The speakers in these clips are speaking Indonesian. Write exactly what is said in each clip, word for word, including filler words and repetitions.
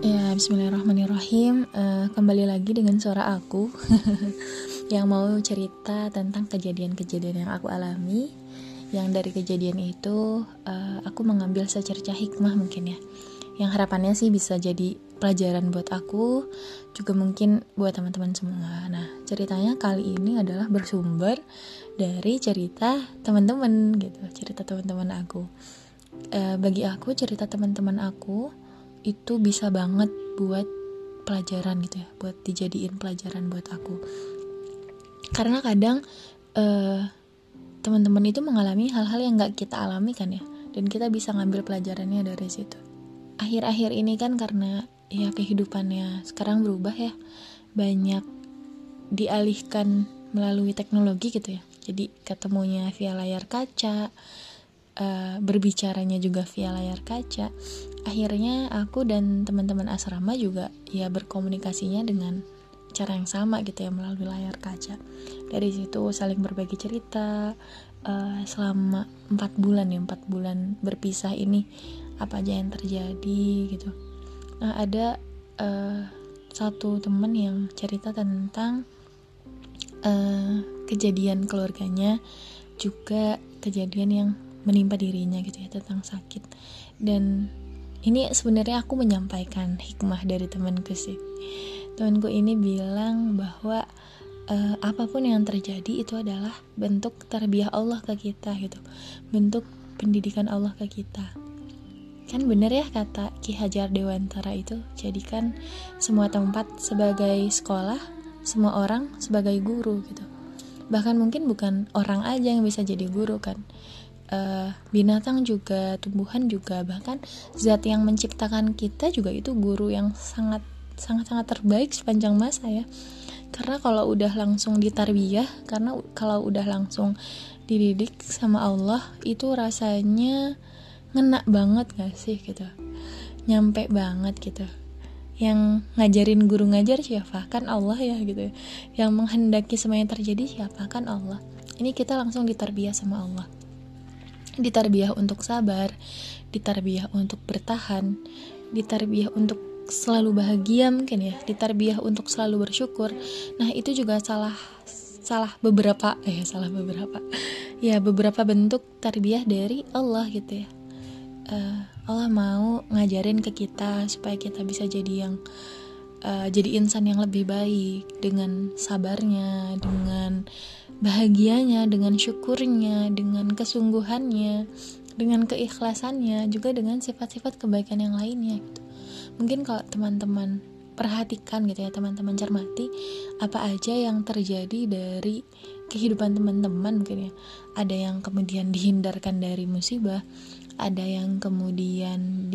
Ya, bismillahirrahmanirrahim. Eh, kembali lagi dengan suara aku yang mau cerita tentang kejadian-kejadian yang aku alami. Yang dari kejadian itu eh, aku mengambil secercah hikmah mungkin ya. Yang harapannya sih bisa jadi pelajaran buat aku, juga mungkin buat teman-teman semua. Nah, ceritanya kali ini adalah bersumber dari cerita teman-teman gitu, cerita teman-teman aku. Eh, bagi aku cerita teman-teman aku itu bisa banget buat pelajaran gitu ya, buat dijadiin pelajaran buat aku. Karena kadang uh, teman-teman itu mengalami hal-hal yang gak kita alami kan ya, dan kita bisa ngambil pelajarannya dari situ. Akhir-akhir ini kan karena ya kehidupannya sekarang berubah ya, banyak dialihkan melalui teknologi gitu ya. Jadi ketemunya via layar kaca, uh, berbicaranya juga via layar kaca. Akhirnya aku dan teman-teman asrama juga ya berkomunikasinya dengan cara yang sama gitu ya, melalui layar kaca. Dari situ saling berbagi cerita uh, selama empat bulan ya, empat bulan berpisah ini apa aja yang terjadi gitu. Nah, ada uh, satu teman yang cerita tentang uh, kejadian keluarganya, juga kejadian yang menimpa dirinya gitu ya, tentang sakit. Dan ini sebenarnya aku menyampaikan hikmah dari temanku sih. Temanku ini bilang bahwa uh, apapun yang terjadi itu adalah bentuk tarbiyah Allah ke kita gitu, bentuk pendidikan Allah ke kita. Kan bener ya kata Ki Hajar Dewantara itu, jadikan semua tempat sebagai sekolah, semua orang sebagai guru gitu. Bahkan mungkin bukan orang aja yang bisa jadi guru kan, Uh, binatang juga, tumbuhan juga, bahkan zat yang menciptakan kita juga itu guru yang sangat sangat sangat terbaik sepanjang masa ya. Karena kalau udah langsung ditarbiyah, karena kalau udah langsung dididik sama Allah, itu rasanya ngena banget gak sih gitu, nyampe banget gitu. Yang ngajarin guru ngajar siapa? Kan Allah ya gitu. Yang menghendaki semuanya terjadi siapa? Kan Allah. Ini kita langsung ditarbiyah sama Allah, ditarbiyah untuk sabar, ditarbiyah untuk bertahan, ditarbiyah untuk selalu bahagia mungkin ya, ditarbiyah untuk selalu bersyukur. Nah, itu juga salah salah beberapa eh salah beberapa ya beberapa bentuk tarbiyah dari Allah gitu ya. uh, Allah mau ngajarin ke kita supaya kita bisa jadi yang uh, jadi insan yang lebih baik, dengan sabarnya, dengan bahagianya, dengan syukurnya, dengan kesungguhannya, dengan keikhlasannya, juga dengan sifat-sifat kebaikan yang lainnya gitu. Mungkin kalau teman-teman perhatikan gitu ya, teman-teman cermati apa aja yang terjadi dari kehidupan teman-teman mungkin ya. Ada yang kemudian dihindarkan dari musibah, ada yang kemudian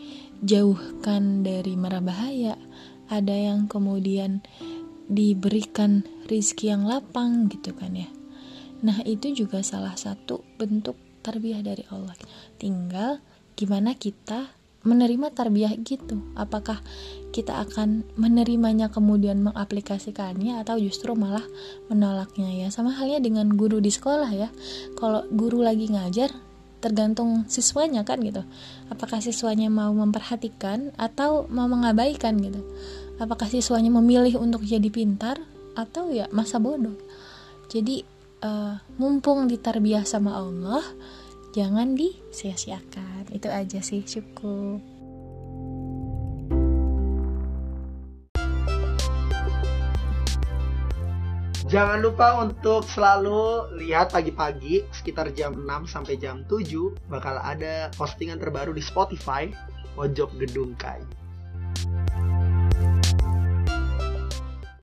dijauhkan dari mara bahaya, ada yang kemudian diberikan rizki yang lapang gitu kan ya. Nah, itu juga salah satu bentuk tarbiyah dari Allah. Tinggal gimana kita menerima tarbiyah gitu. Apakah kita akan menerimanya kemudian mengaplikasikannya, atau justru malah menolaknya ya. Sama halnya dengan guru di sekolah ya. Kalau guru lagi ngajar, tergantung siswanya kan gitu. Apakah siswanya mau memperhatikan atau mau mengabaikan gitu. Apakah siswanya memilih untuk jadi pintar atau ya masa bodoh. Jadi uh, mumpung ditarbiyah sama Allah, jangan disia-siakan. Itu aja sih, cukup. Jangan lupa untuk selalu lihat pagi-pagi sekitar jam enam sampai jam tujuh bakal ada postingan terbaru di Spotify Pojok Gedung Kai.